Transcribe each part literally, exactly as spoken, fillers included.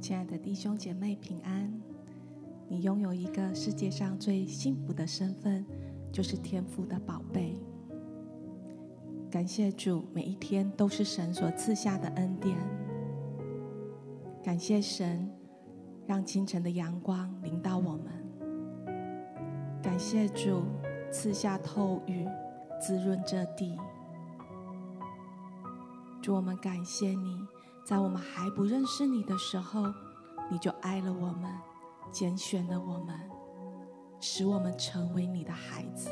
亲爱的弟兄姐妹平安，你拥有一个世界上最幸福的身份，就是天父的宝贝。感谢主，每一天都是神所赐下的恩典。感谢神让清晨的阳光临到我们，感谢主赐下透雨滋润这地。主，我们感谢你，在我们还不认识你的时候，你就爱了我们，拣选了我们，使我们成为你的孩子。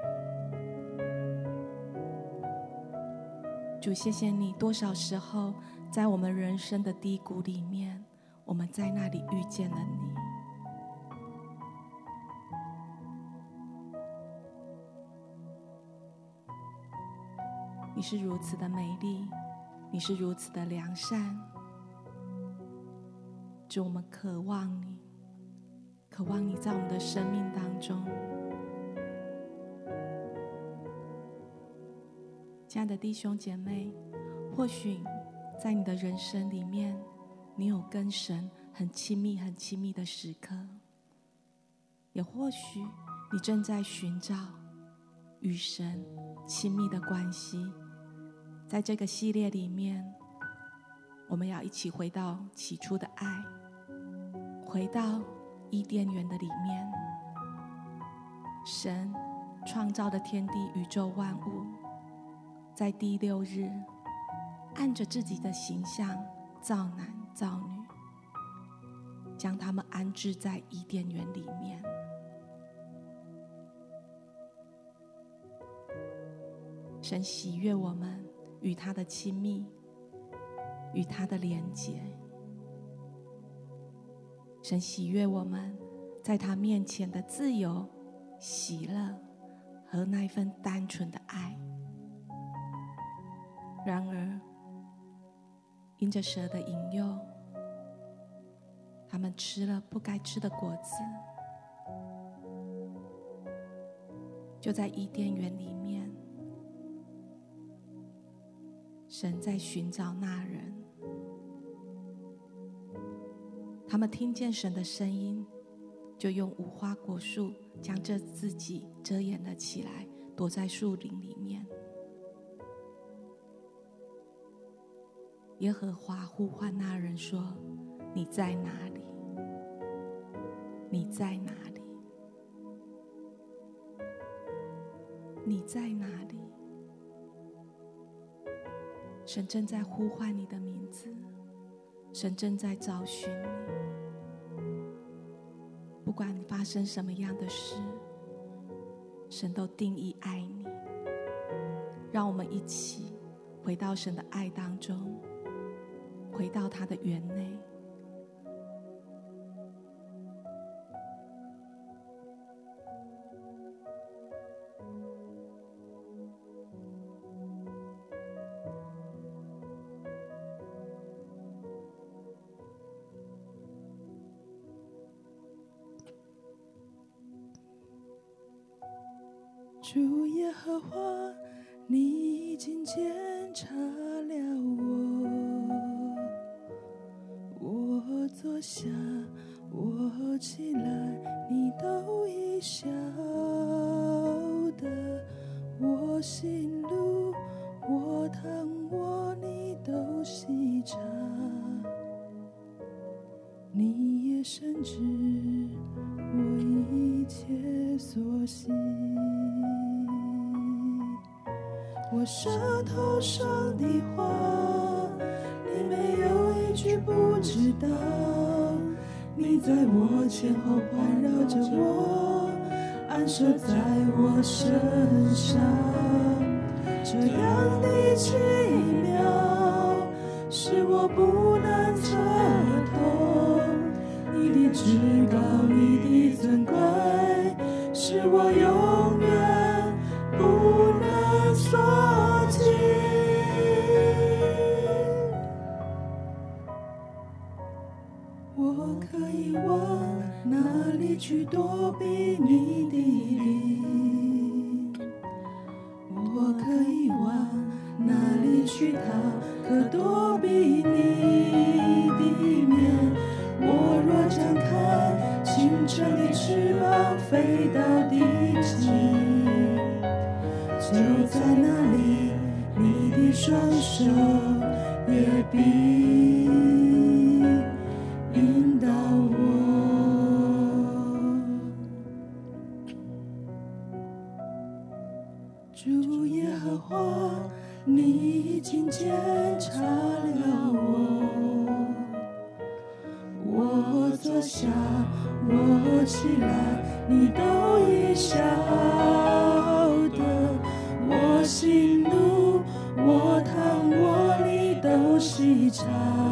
主，谢谢你，多少时候在我们人生的低谷里面，我们在那里遇见了你。你是如此的美丽，你是如此的良善。主，我们渴望你，渴望你在我们的生命当中。亲爱的弟兄姐妹，或许在你的人生里面，你有跟神很亲密很亲密的时刻，也或许你正在寻找与神亲密的关系。在这个系列里面，我们要一起回到起初的爱，回到伊甸园的里面。神创造的天地宇宙万物，在第六日按着自己的形象造男造女，将他们安置在伊甸园里面。神喜悦我们与他的亲密，与他的连结。神喜悦我们在他面前的自由、喜乐和那一份单纯的爱。然而因着蛇的引诱，他们吃了不该吃的果子。就在伊甸园里面，神在寻找那人。他们听见神的声音，就用无花果树将这自己遮掩了起来，躲在树林里面。耶和华呼唤那人说：你在哪里？你在哪里？你在哪里？神正在呼唤你的名字，神正在找寻你。不管你发生什么样的事，神都定义爱你。让我们一起回到神的爱当中，回到他的园内。 主耶和华，你已经检查了我，我坐下，我起来，你都已晓得。我行路，我躺卧，你都细察。你也深知我一切所行。我舌头上的话，你没有一句不知道。你在我前后环绕着我，安设在我身上。这样的奇妙，是我不能测透。你的至高，你的尊贵，是我永远不能所及。我可以往哪里去躲避你的灵？我可以往哪里去逃，可躲避你的面？ 我若张开清晨的翅膀，飞到地极，就在那里，你的双手也必引导我。主耶和华，你已经检查了我，我坐下，我起来，你都已晓得。我喜怒，我躺卧，你都细察。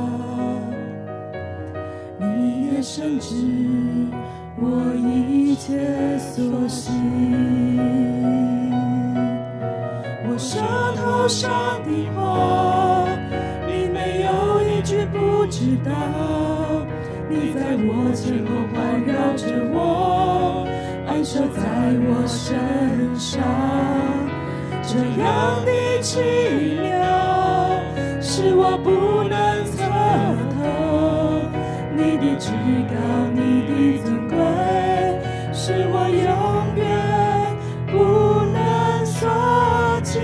你也深知我一切所行。我舌头上的话，你没有一句不知道。你在我前后环绕着我，安守在我身上。这样的奇妙，是我不能测透。你的至高，你的尊贵，是我永远不能所及。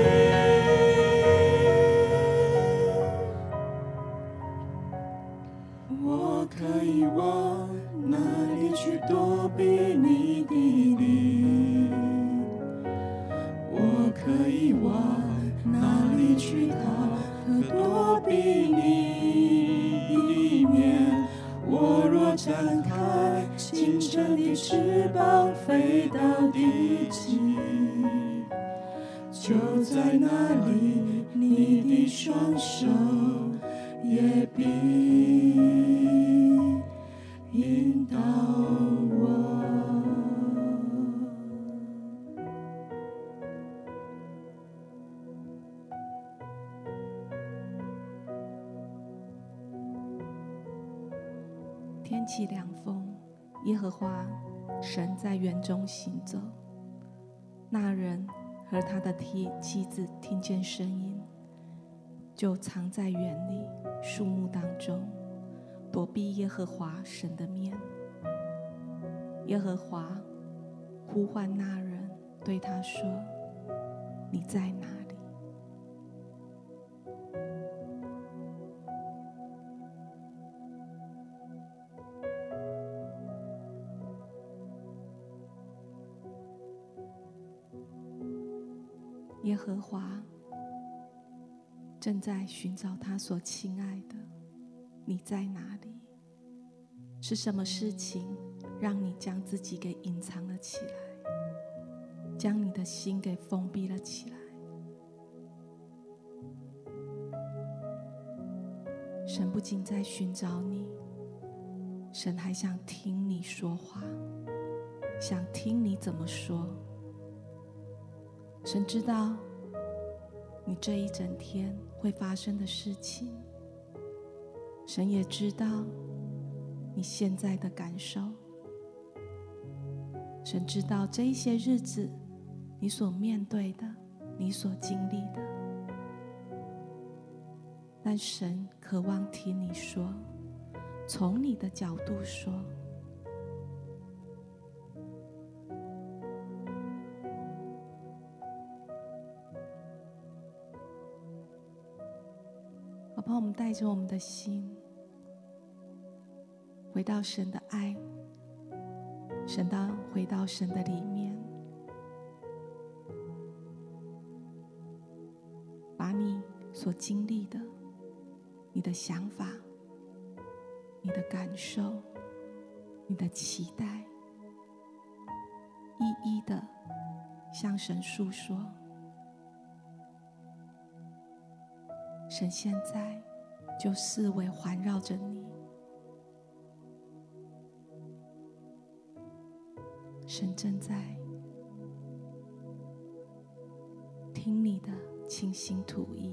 我可以往哪里去躲避你的灵？我可以往哪里去逃？可躲避你的面？我若张开清晨的翅膀，飞到地极，就在那里，你的双手也必引导我。 天起凉风，耶和华神在园中行走。那人和他的妻子听见声音，就藏在园里树木当中，躲避耶和华神的面。耶和华呼唤那人，对他说：你在哪里？耶和华正在寻找他所亲爱的，你在哪里？是什么事情让你将自己给隐藏了起来，将你的心给封闭了起来？神不仅在寻找你，神还想听你说话，想听你怎么说。神知道你这一整天会发生的事情，神也知道你现在的感受，神知道这一些日子你所面对的，你所经历的，但神渴望听你说，从你的角度说。好吧，我们带着我们的心回到神的爱，神到回到神的里面，把你所经历的，你的想法，你的感受，你的期待，一一的向神诉说。神现在就四围环绕着你，神正在听你的倾心吐意。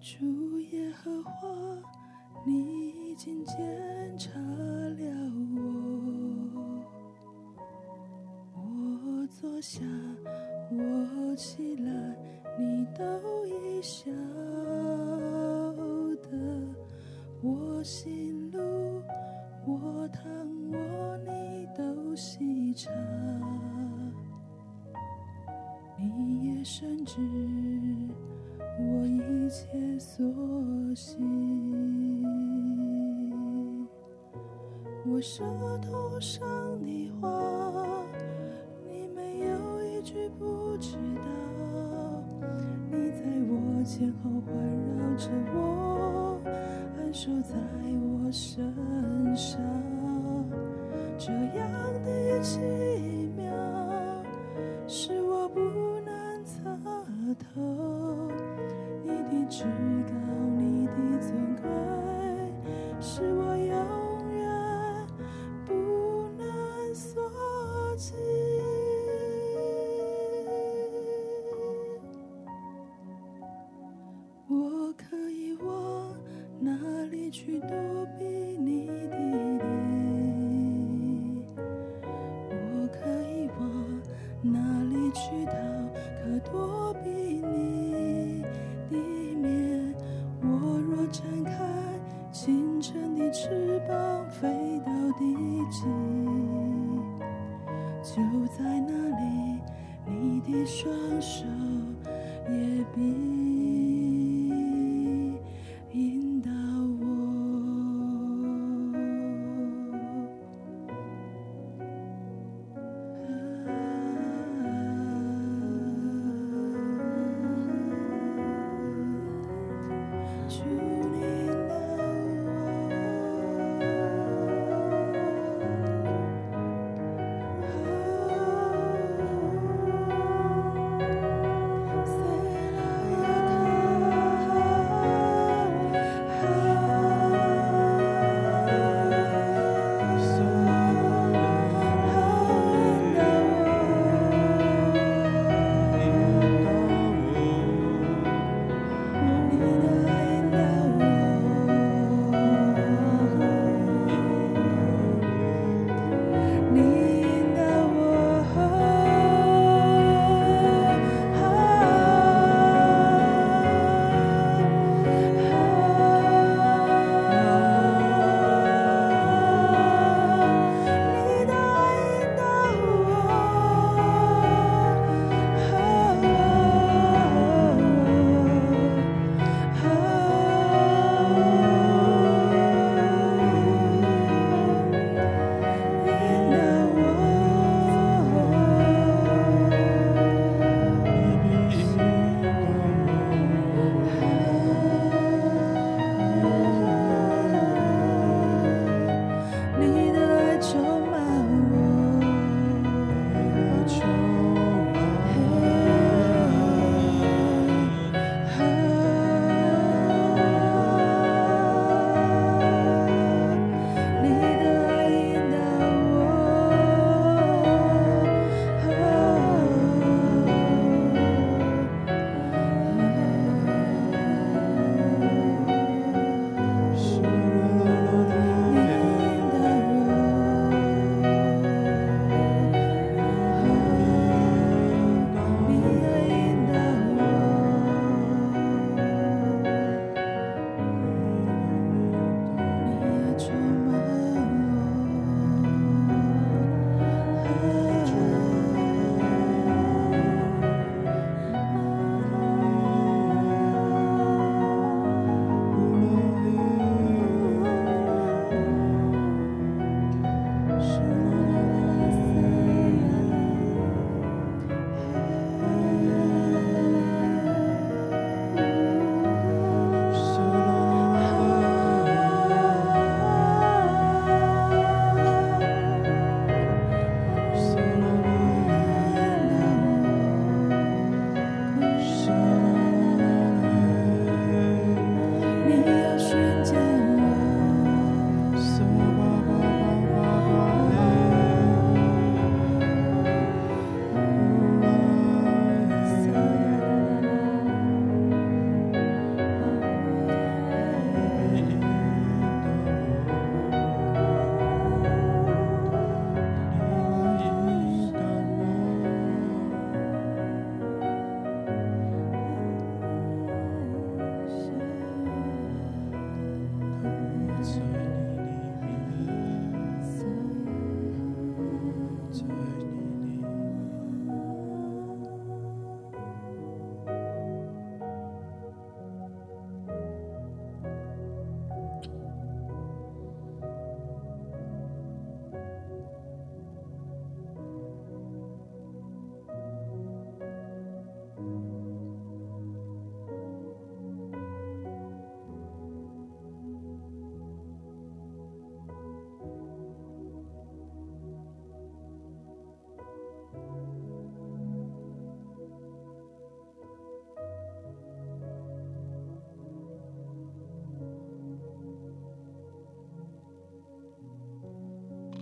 主耶和华，你已经检查了我，我坐下，我起来，你都已晓得，我行路，我躺卧，你都细察，你也深知我一切所行，我舌头上的话，你没有一句不知道，你在我前后环绕着我，安守在我身上，这样的奇妙是我不能测透，你的至高，你的尊贵，是我永远不能所及。我可以往哪里去躲避你的灵？我可以往哪里去逃？可躲避你的面？我若展开清晨的翅膀，飞到地极，就在那里，你的双手也必引导我。主你的我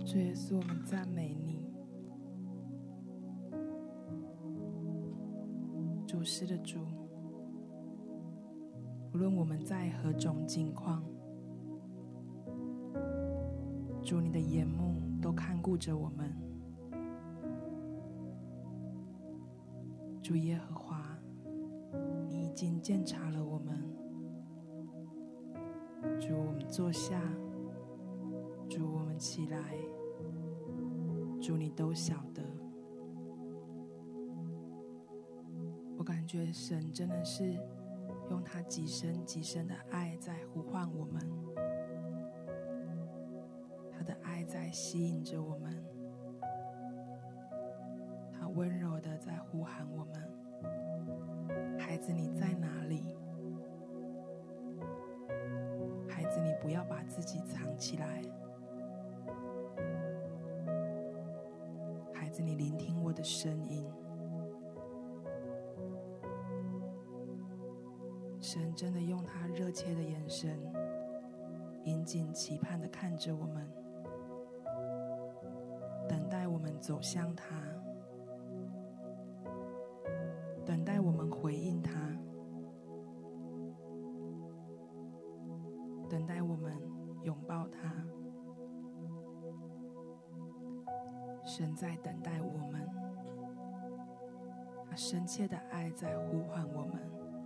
主耶稣，我们赞美你，主是的主，无论我们在何种境况，主你的眼目都看顾着我们。主耶和华，你已经鉴察了我们。主，我们坐下，主，我们起来，主，你都晓得。我感觉神真的是用他极深极深的爱在呼唤我们，他的爱在吸引着我们，他温柔的在呼喊我们：孩子，你在哪里？孩子，你不要把自己藏起来。孩子，你聆听我的声音。神真的用他热切的眼神，引颈期盼的看着我们，等待我们走向他，等待我们回应他，等待我们拥抱他。神在等待我们，他深切的爱在呼唤我们。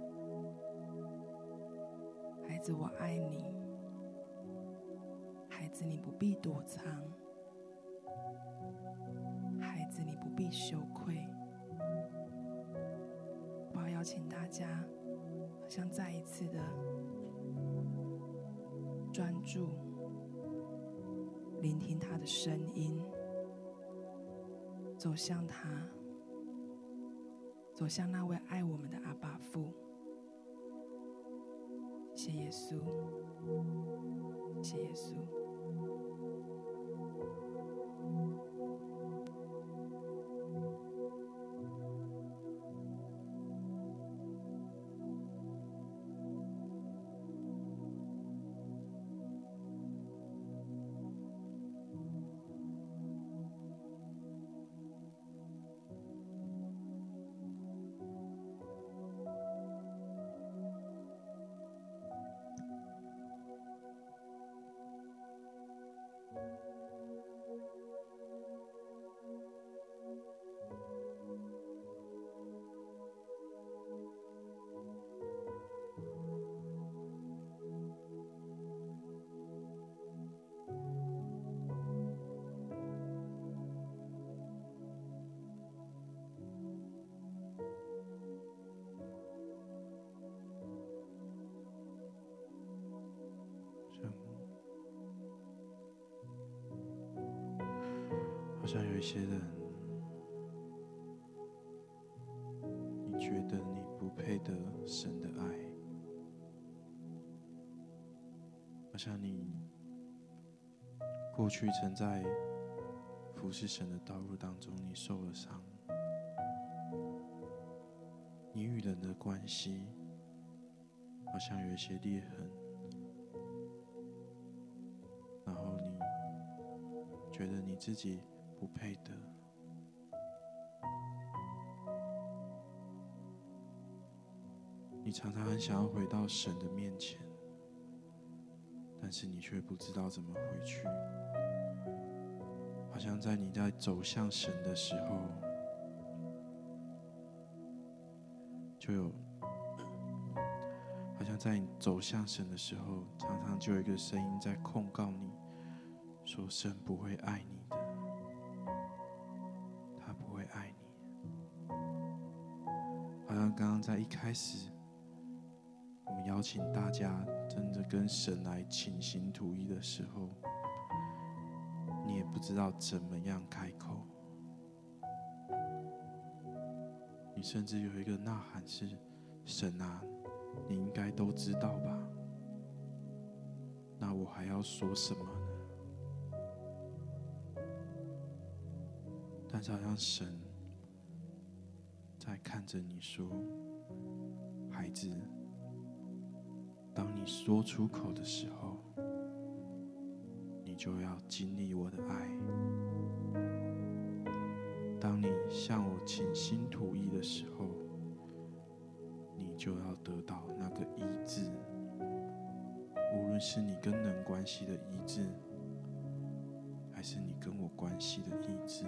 孩子，我爱你。孩子，你不必躲藏。孩子，你不必羞愧。我要邀请大家，好像再一次的专注，聆听他的声音，走向他，走向那位爱我们的阿爸父。谢谢耶稣，谢谢耶稣。 好像有一些人，你觉得你不配得神的爱，好像你过去曾在服侍神的道路当中，你受了伤，你与人的关系好像有一些裂痕，然后你觉得你自己不配得，你常常很想要回到神的面前，但是你却不知道怎么回去。好像在你在走向神的时候，就有，好像在你走向神的时候，常常就有一个声音在控告你，说神不会爱你的。好像刚刚在一开始，我们邀请大家真的跟神来倾心吐意的时候，你也不知道怎么样开口。你甚至有一个呐喊是：神啊，你应该都知道吧？那我还要说什么呢？但是好像神在看着你说：孩子，当你说出口的时候，你就要经历我的爱。当你向我倾心吐意的时候，你就要得到那个医治，无论是你跟人关系的医治，还是你跟我关系的医治。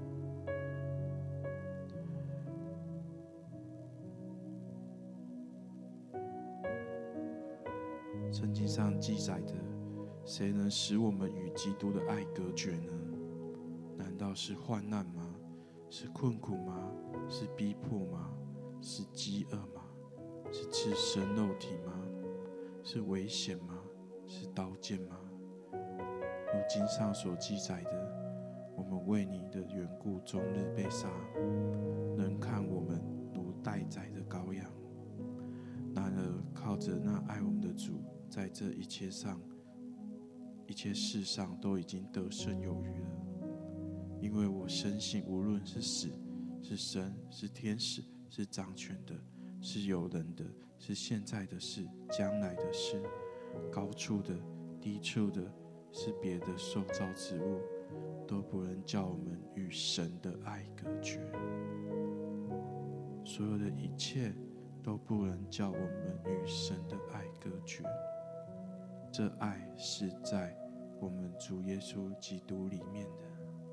圣经上记载的，谁能使我们与基督的爱隔绝呢？难道是患难吗？是困苦吗？是逼迫吗？是饥饿吗？是赤身肉体吗？是危险吗？是刀剑吗？如经上所记载的，我们为你的缘故终日被杀，人看我们如待宰的羔羊。然而靠着那爱我们的主，在这一切上一切事上都已经得胜有余了。因为我深信，无论是死是生，是天使，是掌权的，是有人的，是现在的事，将来的事，高处的，低处的，是别的受造之物，都不能叫我们与神的爱隔绝。所有的一切都不能叫我们与神的爱隔绝。这爱是在我们主耶稣基督里面的。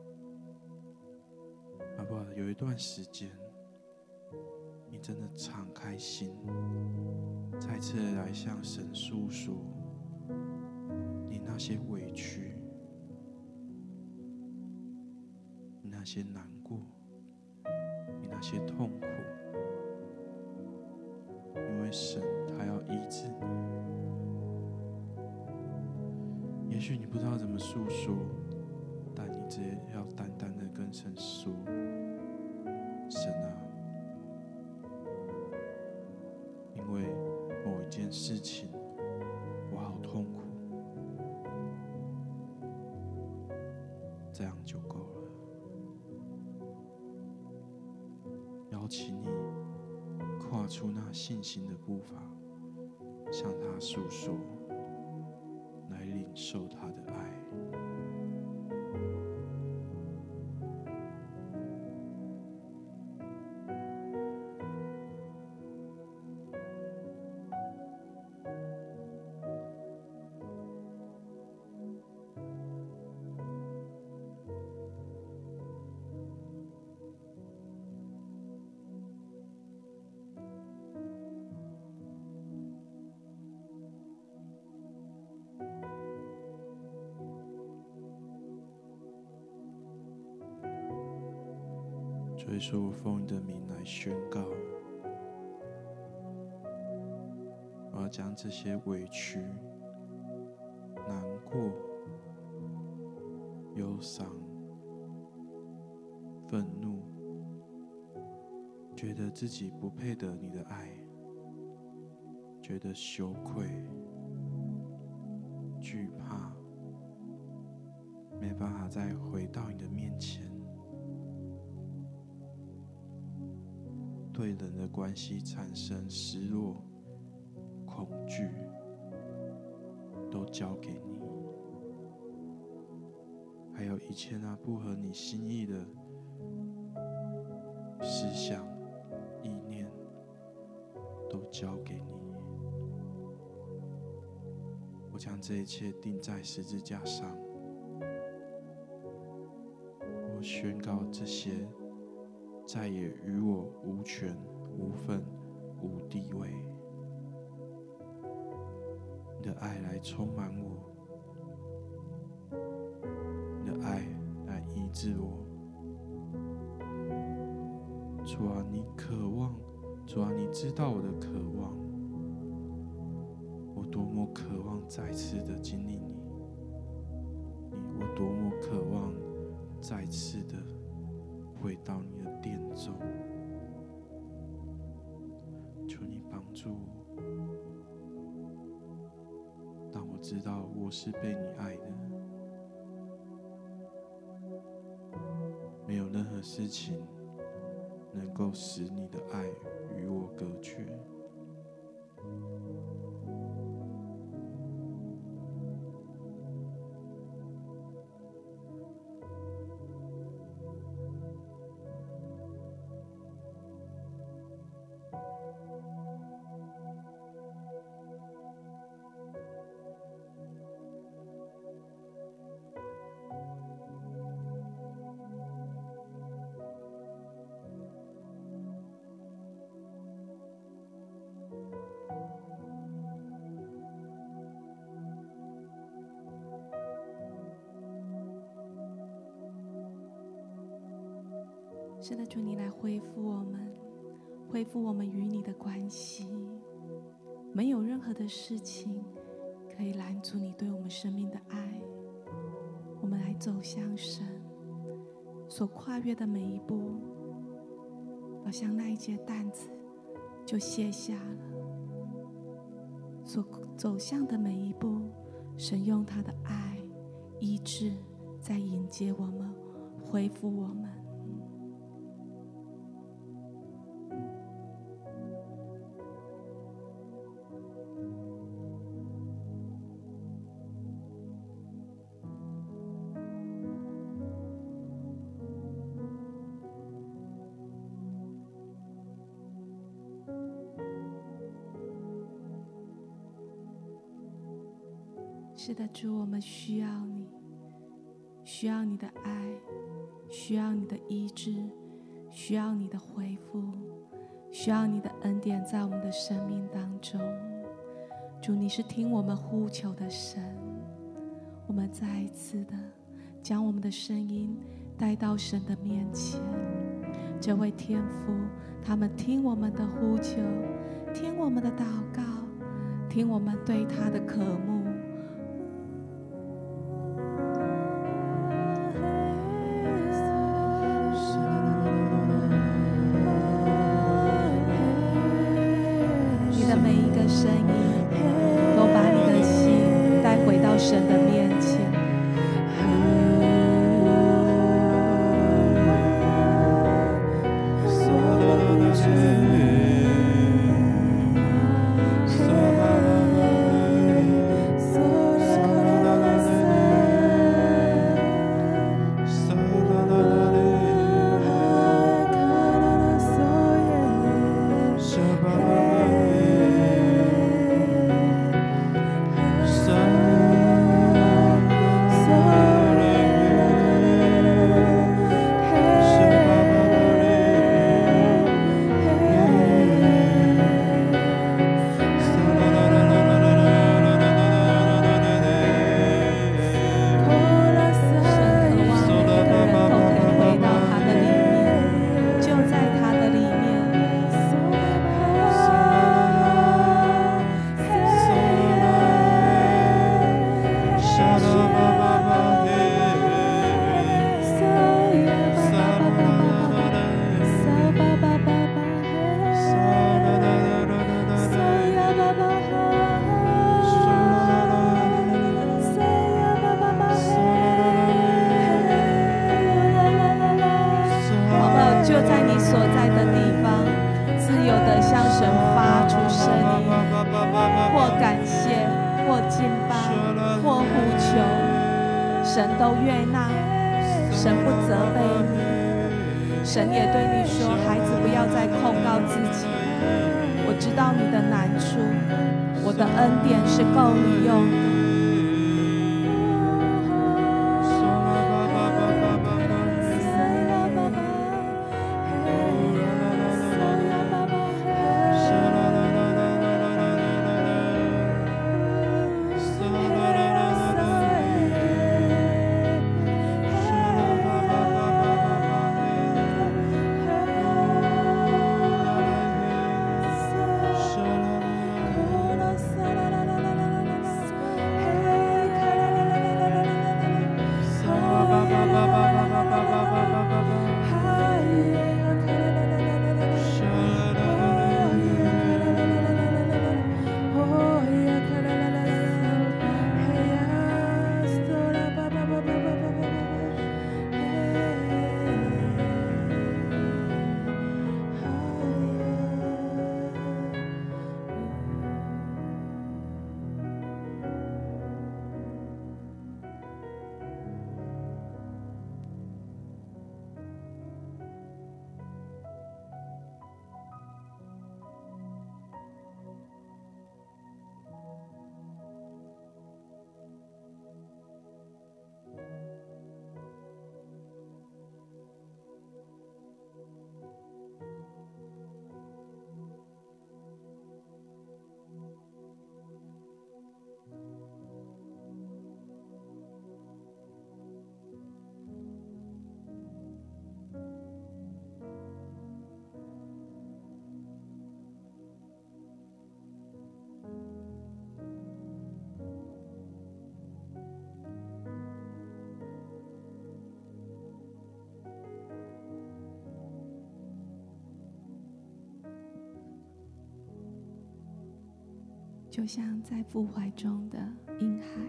好不好？有一段时间，你真的敞开心，再次来向神诉说你那些委屈，你那些难过，你那些痛苦，因为神他要医治你。也许你不知道怎么诉说，但你直接要单单的跟神说：神啊，因为某一件事情我好痛苦，这样就够了。邀请你跨出那信心的步伐，向他诉说，来领受他的爱。所以说，我奉你的名来宣告，我要将这些委屈、难过、忧伤、愤怒，觉得自己不配得你的爱，觉得羞愧、惧怕，没办法再回到你的面前，对人的关系产生失落、恐惧，都交给你。还有一切那不合你心意的思想、意念，都交给你。我将这一切钉在十字架上，我宣告这些再也与我无权、无份、无地位。你的爱来充满我，你的爱来医治我。主啊，你渴望，主啊，你知道我的渴望，我多么渴望再次的经历你，你我多么渴望再次的回到你的殿中。求你帮助我，让我知道我是被你爱的，没有任何事情能够使你的爱与我隔绝。 是的，主，你来恢复我们，恢复我们与你的关系。没有任何的事情可以拦阻你对我们生命的爱。我们来走向神，所跨越的每一步，好像那一节担子就卸下了。所走向的每一步，神用他的爱医治，在迎接我们，恢复我们。是的，主，我们需要你，需要你的爱，需要你的医治，需要你的恢复，需要你的恩典在我们的生命当中。主，你是听我们呼求的神，我们再一次的将我们的声音带到神的面前。这位天父，他们听我们的呼求，听我们的祷告，听我们对他的渴慕。神的面前，神都悦纳，神不责备你，神也对你说：“孩子，不要再控告自己。我知道你的难处，我的恩典是够你用的。” 啦就像在父怀中的婴孩，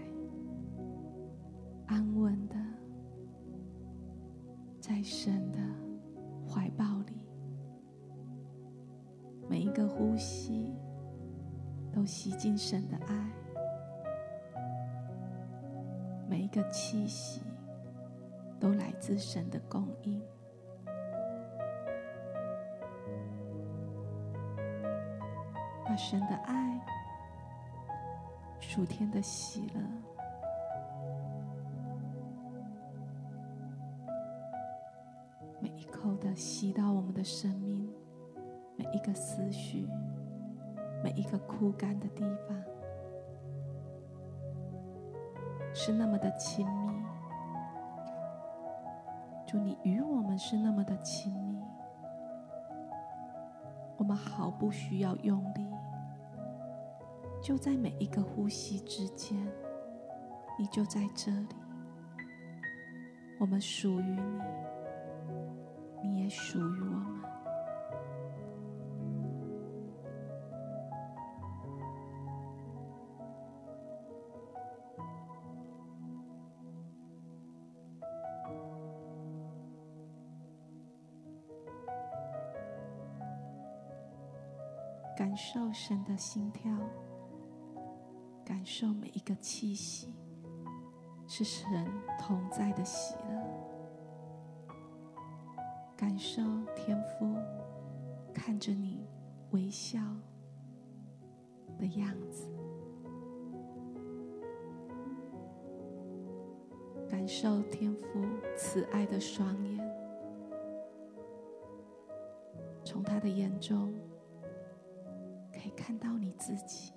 安稳的在神的怀抱里，每一个呼吸都吸进神的爱，每一个气息都来自神的供应。把神的爱、属天的喜乐，每一口的吸到我们的生命，每一个思绪，每一个枯干的地方，是那么的亲密。主，你与我们是那么的亲密，我们毫不需要用力，就在每一个呼吸之间，你就在这里。我们属于你，你也属于我们。感受神的心跳，感受每一个气息是神同在的喜乐，感受天父看着你微笑的样子，感受天父慈爱的双眼，从他的眼中可以看到你自己。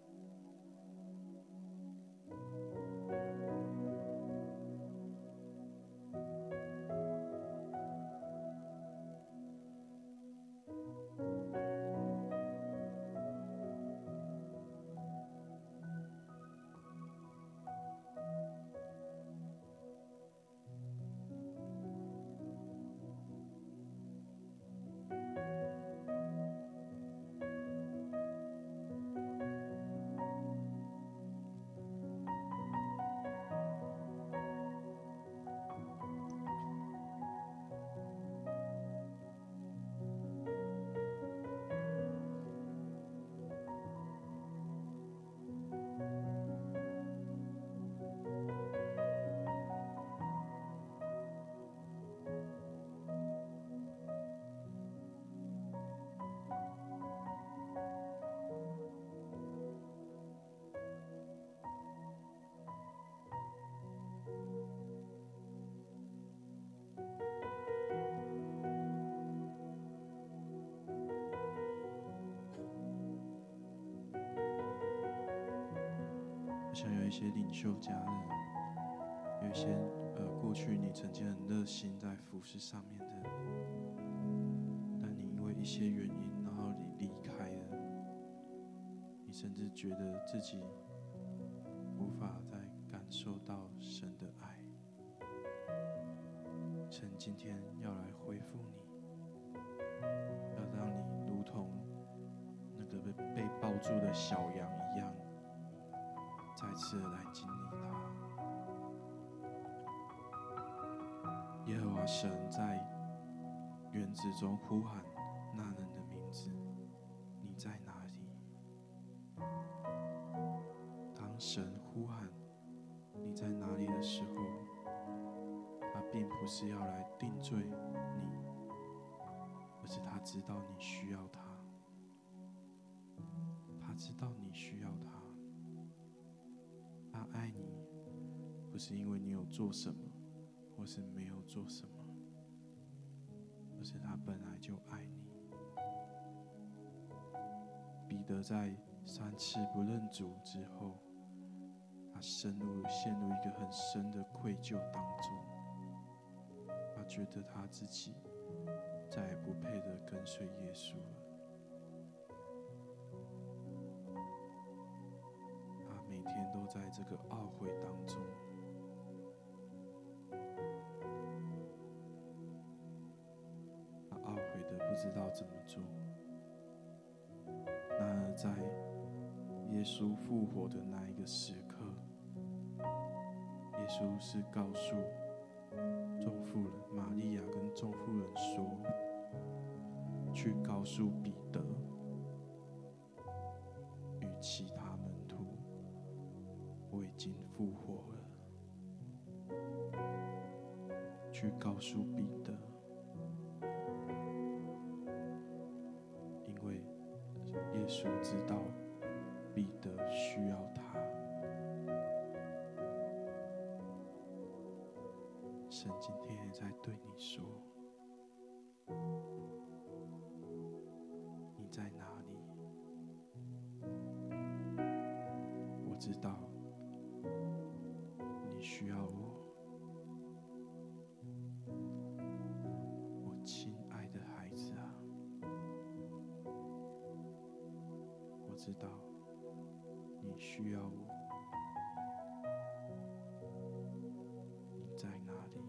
像有一些领袖家人，有一些呃过去你曾经很热心在服事上面的，但你因为一些原因，然后你离开了，你甚至觉得自己无法再感受到神的爱。神今天要来恢复你，要让你如同那个被被抱住的小羊一样，再次来经历它。耶和华神在园子中呼喊那人的名字，你在哪里？当神呼喊你在哪里的时候，他并不是要来定罪你，而是他知道你需要他，他知道你需要他。他爱你，不是因为你有做什么，或是没有做什么，而是他本来就爱你。彼得在三次不认主之后，他深入陷入一个很深的愧疚当中，他觉得他自己再也不配的跟随耶稣了。每天都在这个懊悔当中，他懊悔的不知道怎么做。然而在耶耶稣复活的那一个时刻，耶稣是告诉众妇人玛利亚跟众妇人说，去告诉彼得与其他门徒，我已经复活了。去告诉彼得，因为耶稣知道彼得需要他。神今天也在对你说，你在哪里？我知道你需要我。我亲爱的孩子啊，我知道你需要我。你在哪里？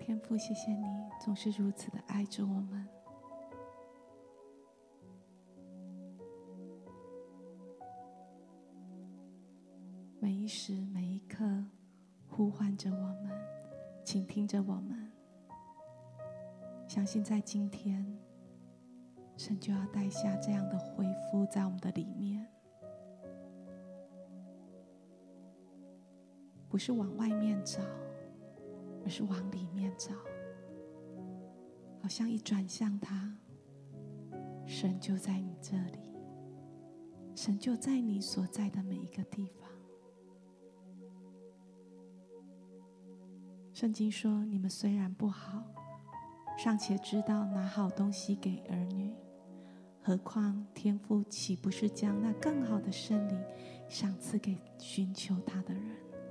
天父，谢谢你总是如此的爱着我们。每一时每一刻呼唤着我们，倾听着我们。相信在今天，神就要带下这样的恢复在我们的里面，不是往外面找，而是往里面找。好像一转向他，神就在你这里，神就在你所在的每一个地方。圣经说，你们虽然不好，尚且知道拿好东西给儿女，何况天父岂不是将那更好的圣灵赏赐给寻求他的人？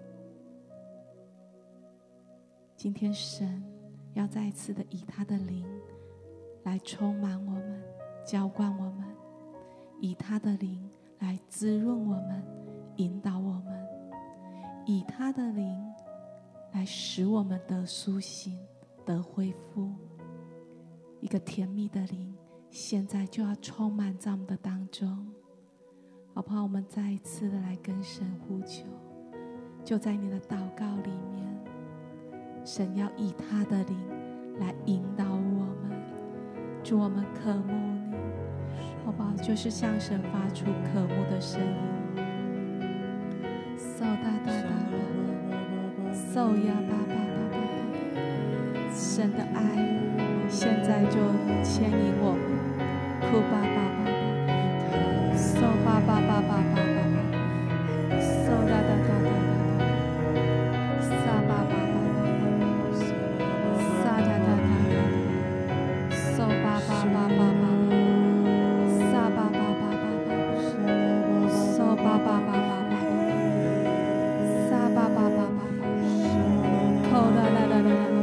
今天神要再一次的以他的灵来充满我们，浇灌我们，以他的灵来滋润我们，引导我们，以他的灵来使我们得苏醒，得恢复。一个甜蜜的灵现在就要充满在我们的当中，好不好？我们再一次的来跟神呼求，就在你的祷告里面，神要以他的灵来引导我们。主，我们渴慕你，好不好？就是向神发出渴慕的声音。嗖哒哒哒哒，嗖呀吧吧吧吧吧，神的爱现在就牵引我们，哭吧吧吧吧，嗖吧吧吧吧吧吧吧，嗖哒哒哒哒哒哒，撒吧吧吧吧吧，撒哒哒哒哒哒，嗖吧吧吧吧吧吧，撒吧吧吧吧吧吧，嗖吧吧吧吧吧吧，撒吧吧吧吧吧，扣哒哒哒哒哒。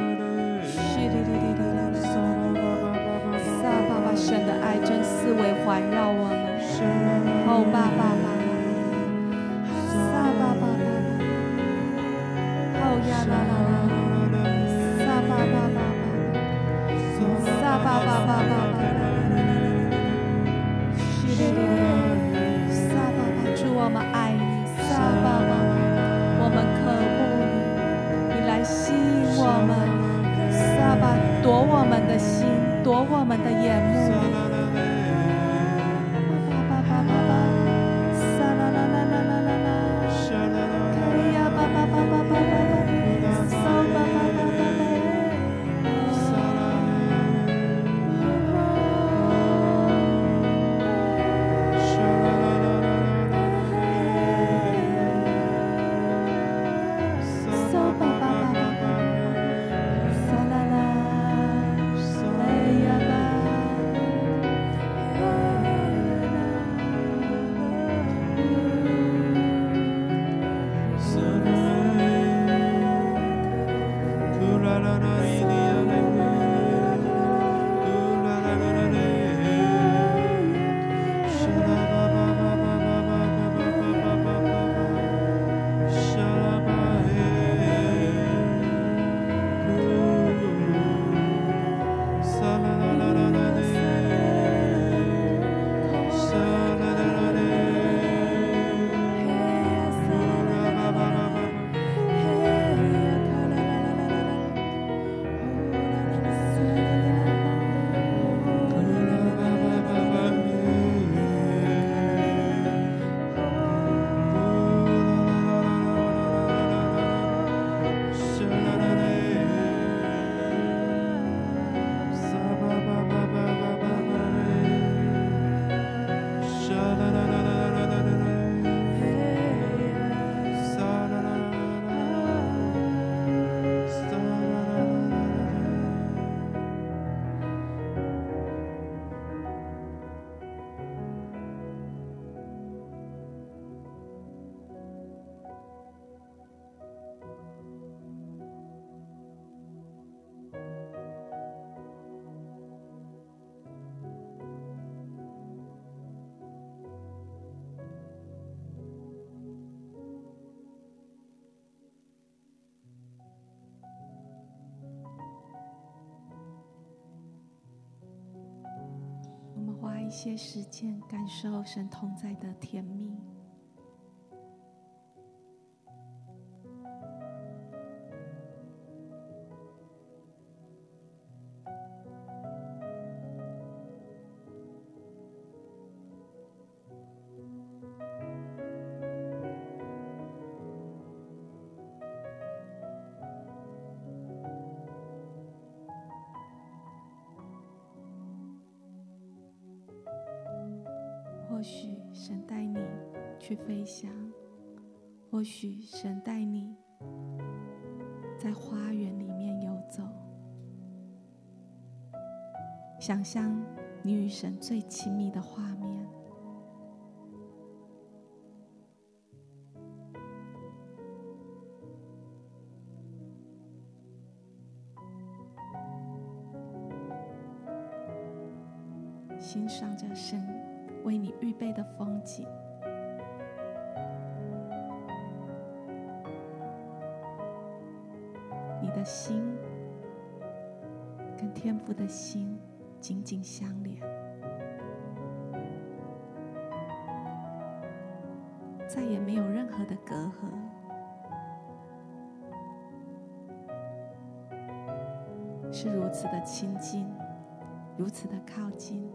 神的爱正四围环绕我们，哦，爸爸爸爸，撒爸爸爸爸，哦呀啦啦啦，撒爸爸爸爸，撒爸爸爸爸爸，是的的的，撒爸爸，主我们爱你，撒爸爸，我们渴慕你，你来吸引我们，撒爸夺我们的心。夺我们的眼目，巴巴巴巴巴，沙啦啦啦啦啦啦啦，可以呀，巴巴巴巴巴巴巴，嗖巴巴巴巴巴， 些时间感受神同在的甜蜜。或许神带你去飞翔，或许神带你在花园里面游走，想象你与神最亲密的画面。欣赏着神为你预备的风景，你的心跟天父的心紧紧相连，再也没有任何的隔阂。是如此的亲近，如此的靠近。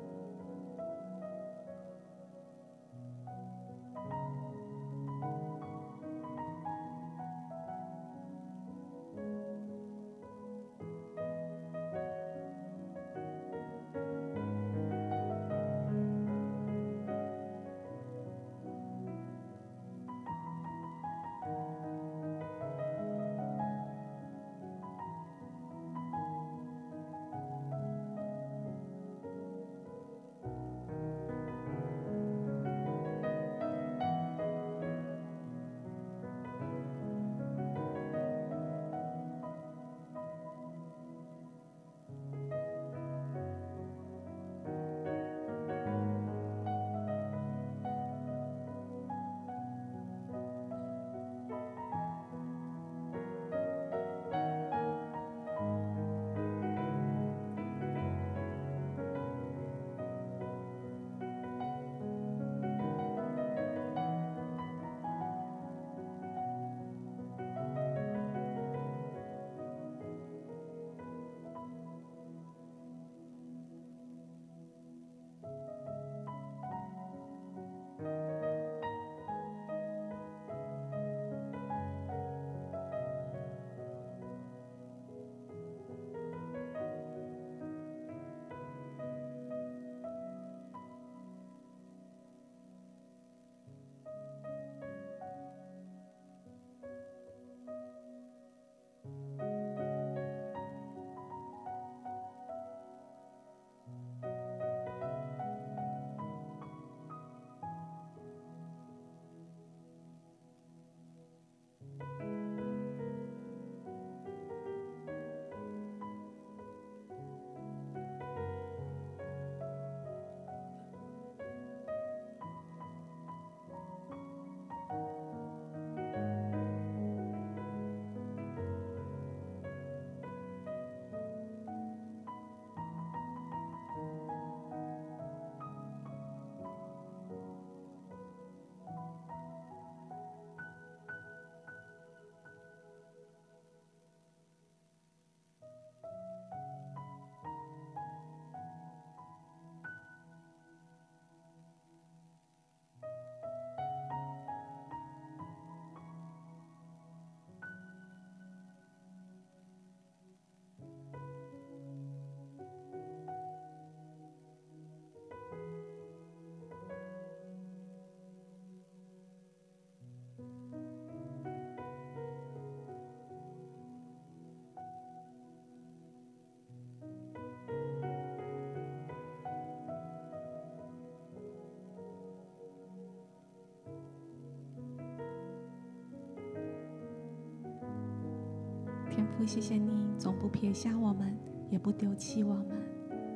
天父，谢谢你总不撇下我们，也不丢弃我们。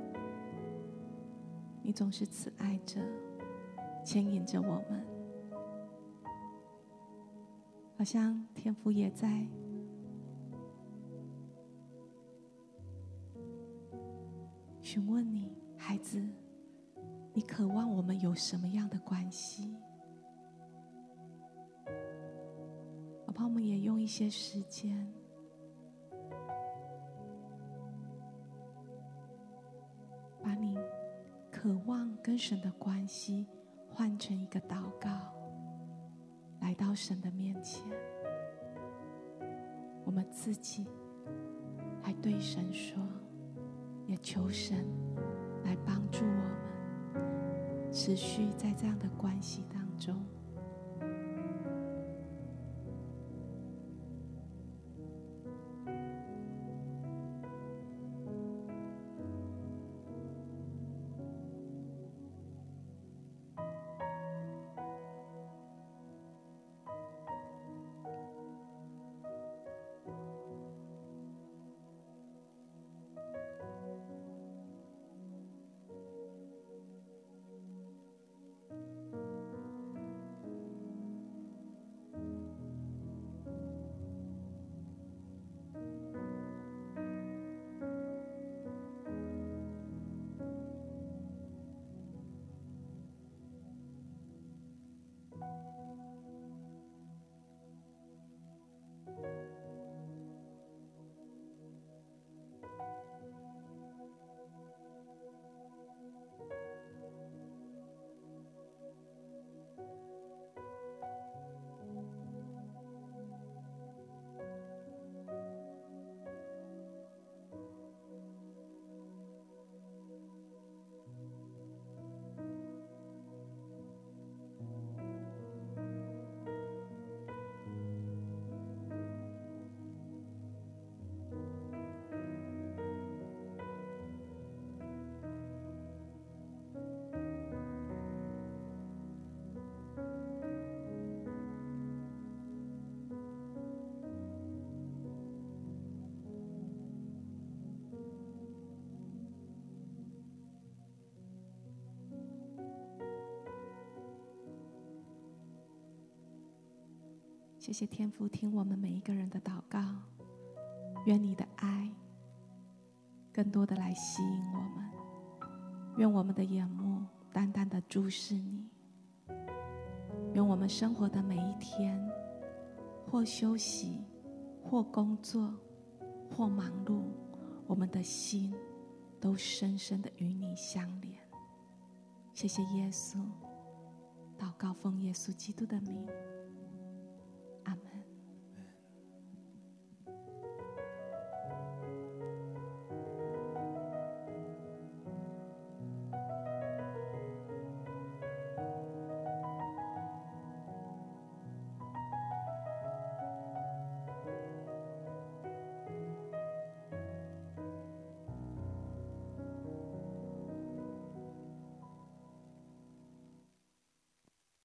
你总是慈爱着，牵引着我们，好像天父也在询问你，孩子， 你渴望我们有什么样的关系？哪怕我们也用一些时间，把你渴望跟神的关系换成一个祷告，来到神的面前，我们自己来对神说，也求神来帮助我们持续在这样的关系当中。谢谢天父听我们每一个人的祷告，愿你的爱更多的来吸引我们，愿我们的眼目单单的注视你，愿我们生活的每一天，或休息，或工作，或忙碌，我们的心都深深的与你相连。谢谢耶稣，祷告奉耶稣基督的名，